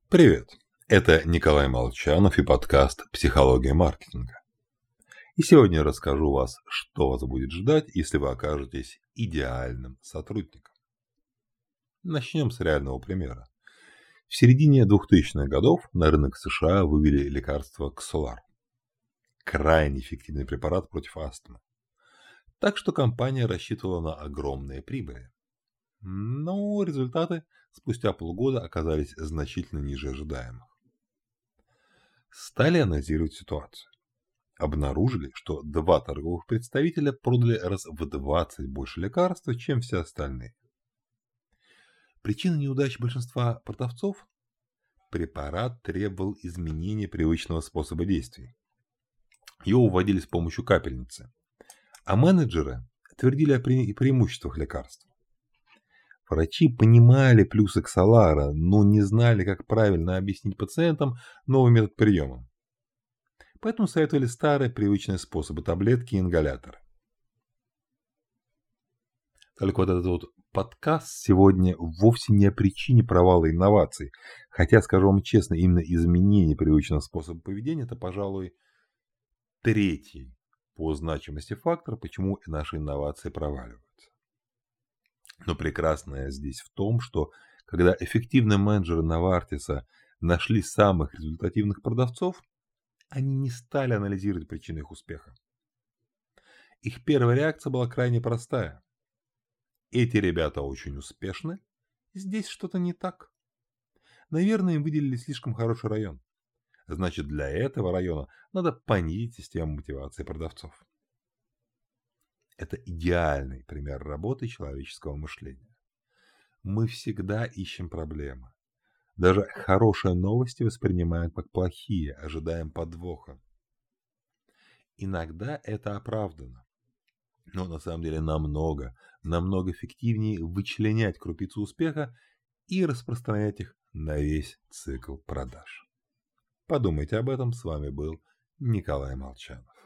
Привет! Это Николай Молчанов и подкаст «Психология маркетинга». И сегодня я расскажу вас, что вас будет ждать, если вы окажетесь идеальным сотрудником. Начнем с реального примера. В середине 2000-х годов на рынок США вывели лекарство Ксолар. Крайне эффективный препарат против астмы. Так что компания рассчитывала на огромные прибыли. Но результаты спустя полгода оказались значительно ниже ожидаемых. Стали анализировать ситуацию. Обнаружили, что два торговых представителя продали раз в 20 больше лекарства, чем все остальные. Причина неудач большинства продавцов? Препарат требовал изменения привычного способа действий. Его вводили с помощью капельницы, а менеджеры твердили о преимуществах лекарства. Врачи понимали плюсы Ксолара, но не знали, как правильно объяснить пациентам новый метод приема. Поэтому советовали старые привычные способы – таблетки и ингаляторы. Только вот этот вот подкаст сегодня вовсе не о причине провала инноваций. Хотя, скажу вам честно, именно изменение привычного способа поведения – это, пожалуй, третий по значимости фактор, почему наши инновации проваливаются. Но прекрасное здесь в том, что когда эффективные менеджеры Новартиса нашли самых результативных продавцов, они не стали анализировать причины их успеха. Их первая реакция была крайне простая. Эти ребята очень успешны, здесь что-то не так. Наверное, им выделили слишком хороший район. Значит, для этого района надо понизить систему мотивации продавцов. Это идеальный пример работы человеческого мышления. Мы всегда ищем проблемы. Даже хорошие новости воспринимаем как плохие, ожидаем подвоха. Иногда это оправдано. Но на самом деле намного эффективнее вычленять крупицы успеха и распространять их на весь цикл продаж. Подумайте об этом. С вами был Николай Молчанов.